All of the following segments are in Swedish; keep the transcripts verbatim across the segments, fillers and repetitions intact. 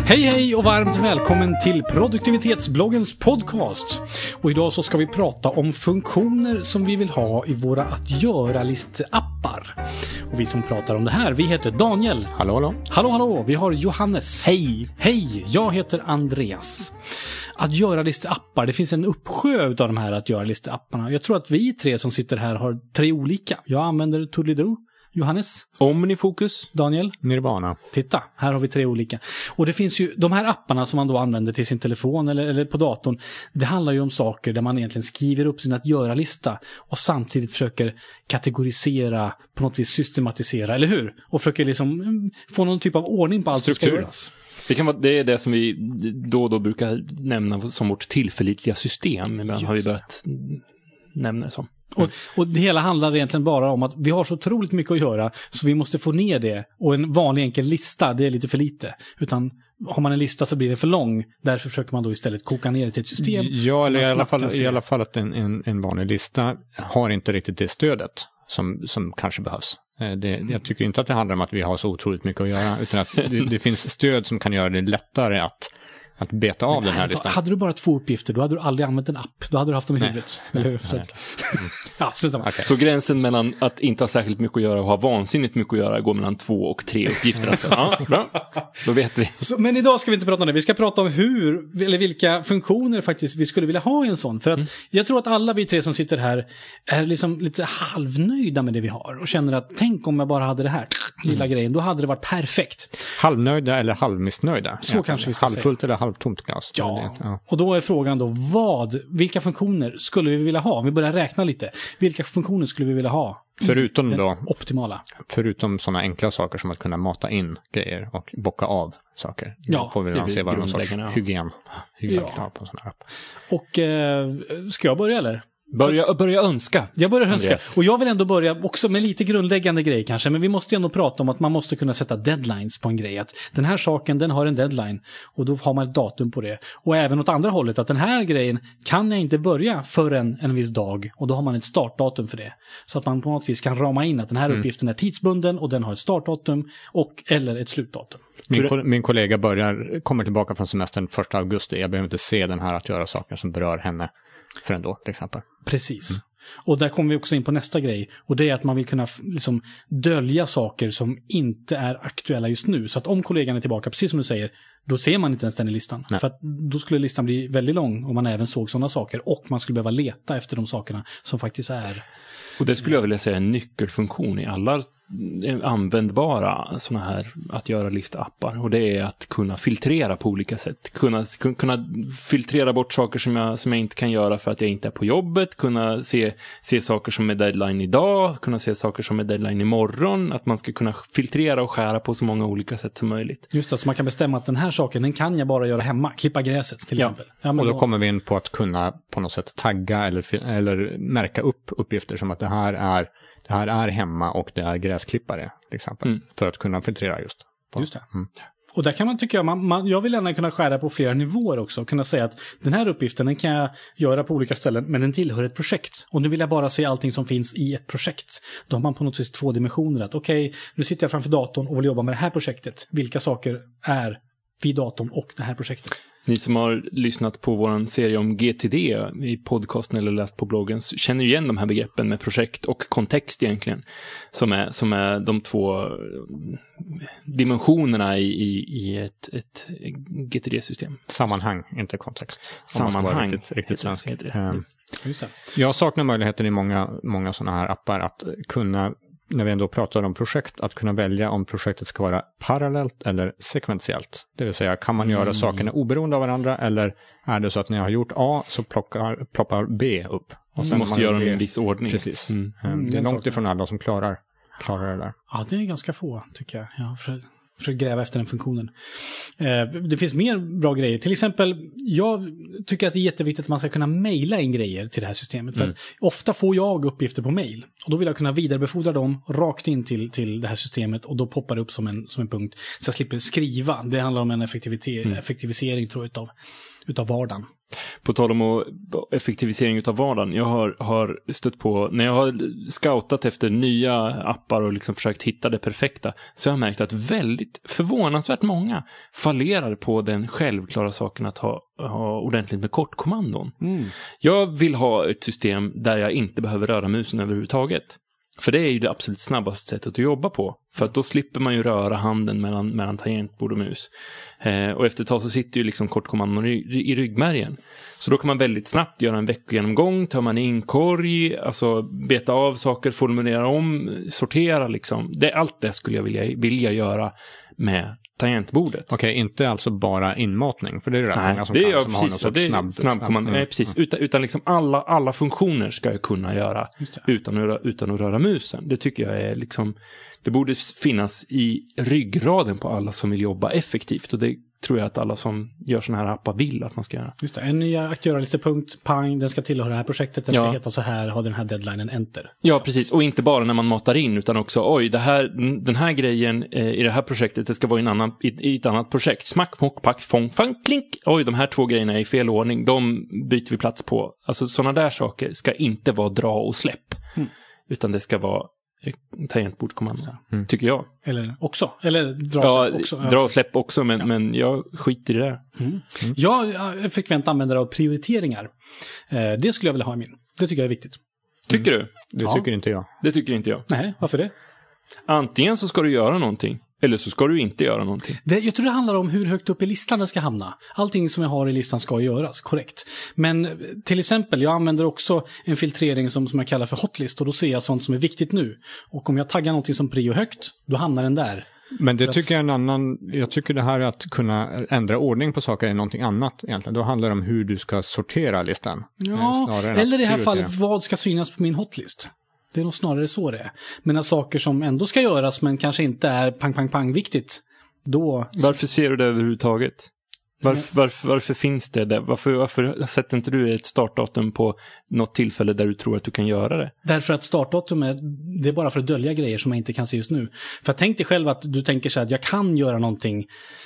Hej hej och varmt välkommen till produktivitetsbloggens podcast. Och idag så ska vi prata om funktioner som vi vill ha i våra att göra-listeappar. Och vi som pratar om det här, vi heter Daniel. Hallå, hallå. Hallå, hallå. Vi har Johannes. Hej. Hej, jag heter Andreas. Att göra-listeappar, det finns en uppsjö av de här att göra-listeapparna. Jag tror att vi tre som sitter här har tre olika. Jag använder Toodly-Doo. Johannes? Omnifokus. Daniel? Nirvana. Titta, här har vi tre olika. Och det finns ju, de här apparna som man då använder till sin telefon eller, eller på datorn, det handlar ju om saker där man egentligen skriver upp sin att göra-lista och samtidigt försöker kategorisera, på något vis systematisera, eller hur? Och försöker liksom få någon typ av ordning på allt som ska göras. Det, kan vara, det är det som vi då och då brukar nämna som vårt tillförlitliga system. Ibland har vi börjat nämna det som. Och, och det hela handlar egentligen bara om att vi har så otroligt mycket att göra så vi måste få ner det. Och en vanlig enkel lista, det är lite för lite. Utan har man en lista så blir det för lång. Därför försöker man då istället koka ner det till ett system. Ja, eller i alla fall, i alla fall att en, en, en vanlig lista har inte riktigt det stödet som, som kanske behövs. Det, jag tycker inte att det handlar om att vi har så otroligt mycket att göra. Utan att det, det finns stöd som kan göra det lättare att Att beta av den här listan. Hade du bara två uppgifter, då hade du aldrig använt en app. Då hade du haft dem i huvudet. Nej. Eller hur? Så, att... ja, sluta med. Okay. Så gränsen mellan att inte ha särskilt mycket att göra och ha vansinnigt mycket att göra går mellan två och tre uppgifter. Alltså. Ja, bra. Då vet vi. Så, men idag ska vi inte prata om det. Vi ska prata om hur, eller vilka funktioner faktiskt vi skulle vilja ha i en sån. För att mm. jag tror att alla vi tre som sitter här är liksom lite halvnöjda med det vi har. Och känner att tänk om jag bara hade det här lilla mm. grejen. Då hade det varit perfekt. Halvnöjda eller halvmissnöjda? Så ja, kanske vi ska Halvfullt säga. Eller halvtomt glas. Ja. ja, och då är frågan då, vad, vilka funktioner skulle vi vilja ha? Om vi börjar räkna lite. Vilka funktioner skulle vi vilja ha? Förutom då, optimala. Förutom sådana enkla saker som att kunna mata in grejer och bocka av saker. Ja, då får vi anse vara någon sorts hygien. Hygien ja. På en sån här app. Och eh, ska jag börja eller? Börja, börja önska. Jag börjar önska. Andreas. Och jag vill ändå börja också med lite grundläggande grej kanske. Men vi måste ändå prata om att man måste kunna sätta deadlines på en grej. Att den här saken, den har en deadline. Och då har man ett datum på det. Och även åt andra hållet, att den här grejen kan jag inte börja förrän en viss dag. Och då har man ett startdatum för det. Så att man på något vis kan rama in att den här mm. uppgiften är tidsbunden. Och den har ett startdatum och eller ett slutdatum. Min, ko- min kollega börjar, kommer tillbaka från semestern första augusti. Jag behöver inte se den här att göra saker som berör henne förrän då, till exempel. Precis. Mm. Och där kommer vi också in på nästa grej. Och det är att man vill kunna liksom dölja saker som inte är aktuella just nu. Så att om kollegan är tillbaka, precis som du säger, då ser man inte ens den i listan. Nej. För att då skulle listan bli väldigt lång om man även såg sådana saker. Och man skulle behöva leta efter de sakerna som faktiskt är... Och det skulle jag vilja säga är en nyckelfunktion i alla användbara såna här att göra lista-appar. Och det är att kunna filtrera på olika sätt. Kunna, kunna filtrera bort saker som jag, som jag inte kan göra för att jag inte är på jobbet. Kunna se, se saker som är deadline idag. Kunna se saker som är deadline imorgon. Att man ska kunna filtrera och skära på så många olika sätt som möjligt. Just det, så man kan bestämma att den här saken, den kan jag bara göra hemma. Klippa gräset till ja. exempel. Ja, men och då, då kommer vi in på att kunna på något sätt tagga eller, eller märka upp uppgifter som att det här är Det här är hemma och det är gräsklippare till exempel. Mm. För att kunna filtrera just. På. Just det. Mm. Och där kan man tycka, man, man, jag vill gärna kunna skära på flera nivåer också. Kunna säga att den här uppgiften den kan jag göra på olika ställen, men den tillhör ett projekt. Och nu vill jag bara se allting som finns i ett projekt. Då har man på något vis två dimensioner. Att okej, okay, nu sitter jag framför datorn och vill jobba med det här projektet. Vilka saker är vid datorn och det här projektet? Ni som har lyssnat på vår serie om G T D i podcasten eller läst på bloggen känner igen de här begreppen med projekt och kontext egentligen. Som är, som är de två dimensionerna i, i, i ett, ett G T D-system. Sammanhang, inte kontext. Sammanhang. Riktigt, riktigt svensk. Mm. Just det. Jag saknar möjligheten i många, många sådana här appar att kunna, när vi ändå pratar om projekt, att kunna välja om projektet ska vara parallellt eller sekventiellt. Det vill säga, kan man göra mm. sakerna oberoende av varandra eller är det så att när jag har gjort A så plockar, ploppar B upp? Och sen måste göra en viss ordning. Precis. Mm. Mm. Det är långt ifrån alla som klarar, klarar det där. Ja, det är ganska få tycker jag. Jag försöker, försöker gräva efter den funktionen. Eh, det finns mer bra grejer. Till exempel, jag tycker att det är jätteviktigt att man ska kunna mejla in grejer till det här systemet. För mm. att ofta får jag uppgifter på mejl. Och då vill jag kunna vidarebefordra dem rakt in till, till det här systemet. Och då poppar det upp som en, som en punkt. Så jag slipper skriva. Det handlar om en effektivitet, mm. effektivisering tror jag utav, utav vardagen. På tal om att effektivisering utav vardagen. Jag har, har stött på, när jag har scoutat efter nya appar och liksom försökt hitta det perfekta, så har jag märkt att väldigt förvånansvärt många fallerar på den självklara saken att ha, ha ordentligt med kortkommandon. Mm. Jag vill ha ett system där jag inte behöver röra musen överhuvudtaget. För det är ju det absolut snabbaste sättet att jobba på. För att då slipper man ju röra handen mellan, mellan tangentbord och mus. Eh, och efter ett tag så sitter ju liksom kortkommandon i, i ryggmärgen. Så då kan man väldigt snabbt göra en veckogenomgång. Tar man in korg, alltså beta av saker, formulera om, sortera liksom. Det, allt det skulle jag vilja, vilja göra med tangentbordet. Okej, okay, inte alltså bara inmatning, för det är rätt Nej, många som, det kan, är som precis, har någon sorts det är snabb... snabbkommando. snabb, Nej, precis. Utan, utan liksom alla, alla funktioner ska jag kunna göra utan att, röra, utan att röra musen. Det tycker jag är liksom... Det borde finnas i ryggraden på alla som vill jobba effektivt, och det tror jag att alla som gör såna här appar vill att man ska göra. Just det, en ny att göra lite punkt, pang, den ska tillhöra det här projektet, den ska ja. heta så här, ha den här deadlinen, enter. Ja, precis. Och inte bara när man matar in, utan också, oj, det här, den här grejen eh, i det här projektet, det ska vara i, en annan, i, i ett annat projekt. Smack, mock, pack, fång, fang, klink. Oj, de här två grejerna är i fel ordning, de byter vi plats på. Alltså sådana där saker ska inte vara dra och släpp, mm. utan det ska vara tangentbordskommando, mm. tycker jag. Eller också. Eller dra ja, släpp också. dra och släpp också, men, ja. men jag skiter i det. Mm. Mm. Jag är frekvent användare av prioriteringar. Eh, det skulle jag vilja ha i min. Det tycker jag är viktigt. Tycker mm. du? Det ja. tycker inte jag. Det tycker inte jag. Nej, varför det? Antingen så ska du göra någonting, eller så ska du inte göra någonting. Det, jag tror det handlar om hur högt upp i listan den ska hamna. Allting som jag har i listan ska göras, korrekt. Men till exempel, jag använder också en filtrering som, som jag kallar för hotlist, och då ser jag sånt som är viktigt nu. Och om jag taggar någonting som prio högt, då hamnar den där. Men det tycker jag är en annan, jag tycker det här att kunna ändra ordning på saker är någonting annat egentligen. Då handlar det om hur du ska sortera listan. Ja, eller i det här fallet, vad ska synas på min hotlist? Det är nog snarare så det är. Men när saker som ändå ska göras men kanske inte är pang, pang, pang viktigt, då... Varför ser du det överhuvudtaget? Varför, varför, varför finns det där? Varför, varför sätter inte du ett startdatum på något tillfälle där du tror att du kan göra det? Därför att startdatum är, det är bara för att dölja grejer som jag inte kan se just nu. För tänk dig själv att du tänker så här att jag kan göra någonting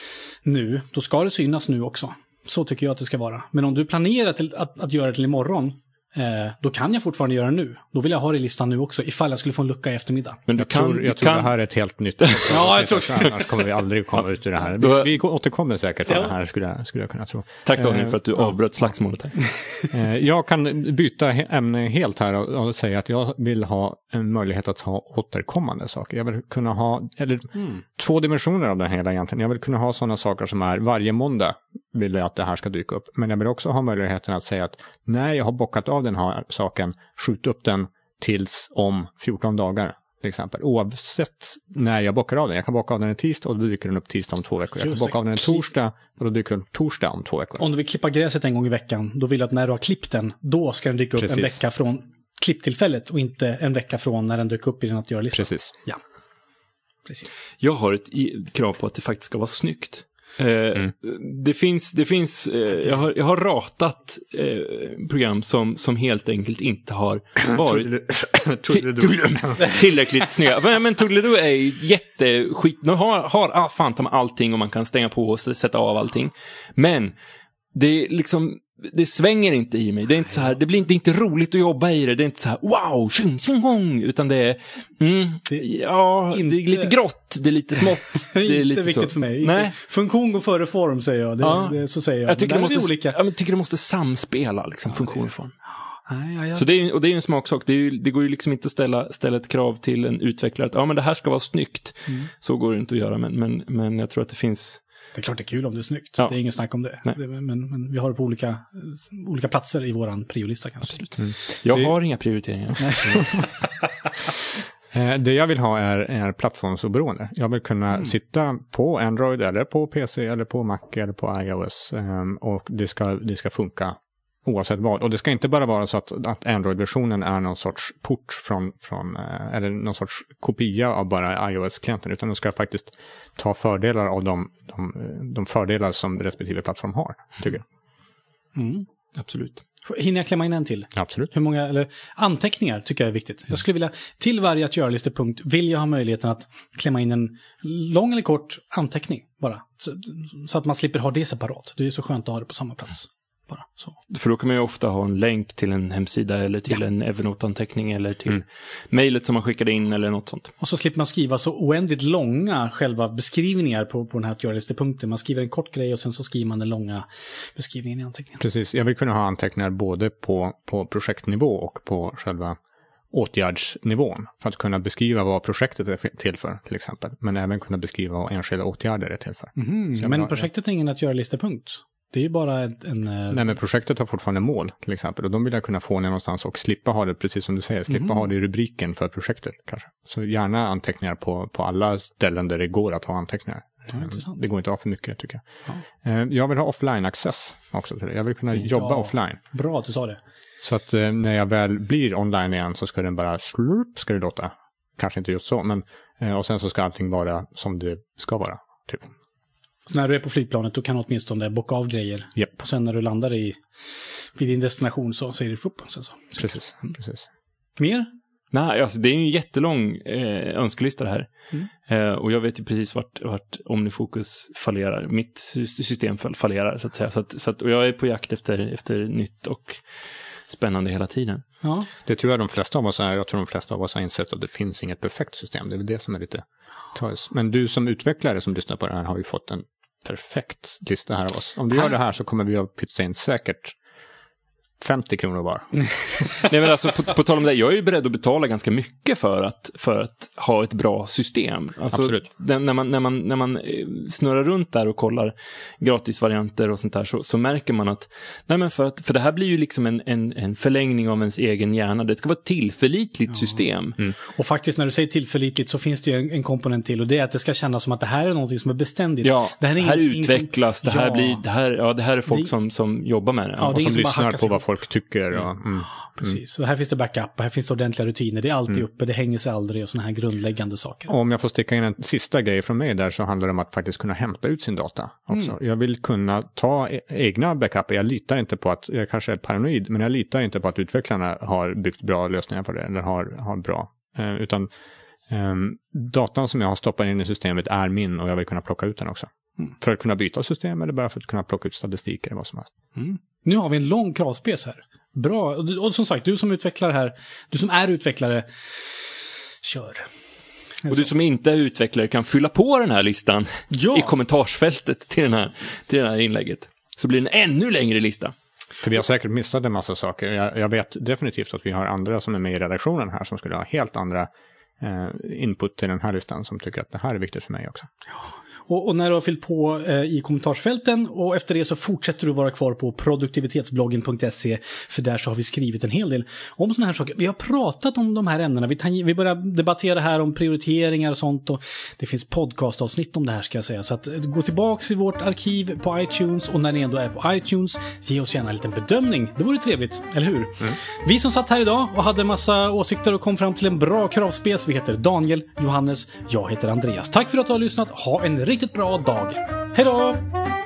nu, då ska det synas nu också. Så tycker jag att det ska vara. Men om du planerar till att, att göra det till imorgon, Eh, då kan jag fortfarande göra nu. Då vill jag ha det i listan nu också, ifall jag skulle få en lucka i eftermiddag. Men du jag kan, tror, jag tror kan... det här är ett helt nytt. Ja, jag tror så annars kommer vi aldrig komma ut ur det här. Vi, vi återkommer säkert till ja. det här, skulle jag, skulle jag kunna tro. Tack Daniel eh, för att du avbröt slagsmålet här. eh, jag kan byta ämne helt här och, och säga att jag vill ha en möjlighet att ha återkommande saker. Jag vill kunna ha, eller mm. två dimensioner av det hela egentligen. Jag vill kunna ha sådana saker som är varje måndag vill jag att det här ska dyka upp. Men jag vill också ha möjligheten att säga att när jag har bockat av den här saken, skjut upp den tills om fjorton dagar till exempel. Oavsett när jag bockar av den. Jag kan bocka av den en tisdag och då dyker den upp tisdag om två veckor. Jag kan bocka av den en torsdag och då dyker den torsdag om två veckor. Om du vill klippa gräset en gång i veckan, då vill jag att när du har klippt den, då ska den dyka upp Precis. en vecka från klipptillfället och inte en vecka från när den dyker upp i den att göra listan. Precis. Ja. Precis. Jag har ett krav på att det faktiskt ska vara snyggt. Mm. Det finns, det finns eh, jag, har, jag har ratat eh, program som, som helt enkelt inte har varit tillräckligt snygga. Men, men Toodledoo är jätteskit. De har, har fan ta med allting och man kan stänga på och sätta av allting. Men det är liksom det svänger inte i mig. Det är inte så här, det blir inte, det är inte roligt att jobba i det. Det är inte så här wow, tjing, tjing, gong, utan det är mm, det, ja, inte, det är lite grått, det är lite smått, det är lite viktigt så. För mig. Nej. Funktion går före form säger jag. Det, ja. det, så säger jag. Jag tycker det måste olika. Ja, men tycker det måste samspela liksom ja, funktion och form. Nej, ja, ja. Så det är och det är ju en smaksak. Det är ju, det går ju liksom inte att ställa ställa ett krav till en utvecklare att ja men det här ska vara snyggt. Mm. Så går det inte att göra men men men jag tror att det finns. Det är klart det är kul om det är snyggt. Ja. Det är ingen snack om det. det men, men vi har det på olika, olika platser i våran priolista kanske. Absolut. Mm. Jag det... har inga prioriteringar. Det jag vill ha är, är plattformsoberoende. Jag vill kunna mm. sitta på Android eller på P C eller på Mac eller på iOS och det ska, det ska funka oavsett vad. Och det ska inte bara vara så att, att Android-versionen är någon sorts port från, från eller någon sorts kopia av bara iOS-klienten, utan de ska faktiskt ta fördelar av de, de, de fördelar som respektive plattform har, tycker jag. Mm. Absolut. Hinner jag klämma in en till? Absolut. Hur många, eller anteckningar tycker jag är viktigt. Jag skulle vilja, till varje att göra-listepunkt vill jag ha möjligheten att klämma in en lång eller kort anteckning bara. Så, så att man slipper ha det separat. Det är så skönt att ha det på samma plats. Bara så. För då kan man ju ofta ha en länk till en hemsida eller till ja. en Evernote-anteckning eller till mm. mejlet som man skickade in eller något sånt. Och så slipper man skriva så oändligt långa själva beskrivningar på, på den här göra-listepunkten. Man skriver en kort grej och sen så skriver man den långa beskrivningen i anteckningen. Precis, jag vill kunna ha anteckningar både på, på projektnivå och på själva åtgärdsnivån för att kunna beskriva vad projektet är till för till exempel. Men även kunna beskriva vad enskilda åtgärder är till för. Mm, men projektet är ingen att göra-listepunkt. Det är ju bara en... en Nej, men projektet har fortfarande mål till exempel. Och de vill jag kunna få ner någonstans och slippa ha det, precis som du säger, slippa mm. ha det i rubriken för projektet kanske. Så gärna anteckningar på, på alla ställen där det går att ha anteckningar. Ja, det går inte att ha för mycket tycker jag. Ja. Jag vill ha offline-access också till det. Jag vill kunna jobba ja. offline. Bra att du sa det. Så att när jag väl blir online igen så ska den bara slurp, ska det låta. Kanske inte just så, men och sen så ska allting vara som det ska vara, typ. Så när du är på flygplanet då kan du åtminstone bocka av grejer. Yep. Och sen när du landar i, vid din destination så säger du frupp. Sen så. Precis, precis. Mer? Nej, alltså det är en jättelång eh, önskelista det här. Mm. Eh, och jag vet ju precis vart, vart OmniFocus fallerar. Mitt system fallerar så att säga. Så att, så att, och jag är på jakt efter, efter nytt och spännande hela tiden. Ja. Det tror jag de flesta av oss är. Jag tror de flesta av oss har insett att det finns inget perfekt system. Det är väl det som är lite tragiskt. Men du som utvecklare som lyssnar på det här har ju fått en perfekt lista här av oss. Om du gör det här så kommer vi att pytsa in säkert femtio kronor bara. Nej, men alltså, på, på tal om det, jag är ju beredd att betala ganska mycket för att, för att ha ett bra system. Alltså, absolut. Den, när, man, när, man, när man snurrar runt där och kollar gratisvarianter och sånt där så, så märker man att, nej men för, att för det här blir ju liksom en, en, en förlängning av ens egen hjärna. Det ska vara ett tillförlitligt ja. system. Mm. Och faktiskt när du säger tillförlitligt så finns det ju en, en komponent till och det är att det ska kännas som att det här är någonting som är beständigt. Ja, det här, är det här ingen, utvecklas, som, det, här ja. blir, det, här, ja, det här är folk det, som, som jobbar med det. Ja, och det som som lyssnar på vad folk tycker. Och, mm. Precis, så här finns det backup, här finns det ordentliga rutiner, det är alltid mm. uppe, det hänger sig aldrig och såna här grundläggande saker. Och om jag får sticka in en sista grej från mig där så handlar det om att faktiskt kunna hämta ut sin data också. Mm. Jag vill kunna ta e- egna backuper, jag litar inte på att, jag kanske är paranoid, men jag litar inte på att utvecklarna har byggt bra lösningar på det, eller har, har bra, eh, utan eh, datan som jag har stoppat in i systemet är min och jag vill kunna plocka ut den också. Mm. För att kunna byta system eller bara för att kunna plocka ut statistik eller vad som helst. Mm. Nu har vi en lång kravspec här. Bra. Och, och som sagt, du som utvecklare här, du som är utvecklare, kör. Och du som inte är utvecklare kan fylla på den här listan ja. i kommentarsfältet till, den här, till det här inlägget. Så blir det en ännu längre lista. För vi har säkert missat en massa saker. Jag, jag vet definitivt att vi har andra som är med i redaktionen här som skulle ha helt andra eh, input till den här listan som tycker att det här är viktigt för mig också. Ja. Och, och när du har fyllt på eh, i kommentarsfälten och efter det så fortsätter du vara kvar på produktivitetsbloggen punkt se för där så har vi skrivit en hel del om såna här saker. Vi har pratat om de här ämnena. Vi, tang- vi börjar debattera här om prioriteringar och sånt och det finns podcastavsnitt om det här ska jag säga. Så att gå tillbaks i vårt arkiv på iTunes och när ni ändå är på iTunes, ge oss gärna en liten bedömning. Det vore trevligt, eller hur? Mm. Vi som satt här idag och hade massa åsikter och kom fram till en bra kravspec. Vi heter Daniel, Johannes, jag heter Andreas. Tack för att du har lyssnat. Ha en riktigt bra dag. Hej då!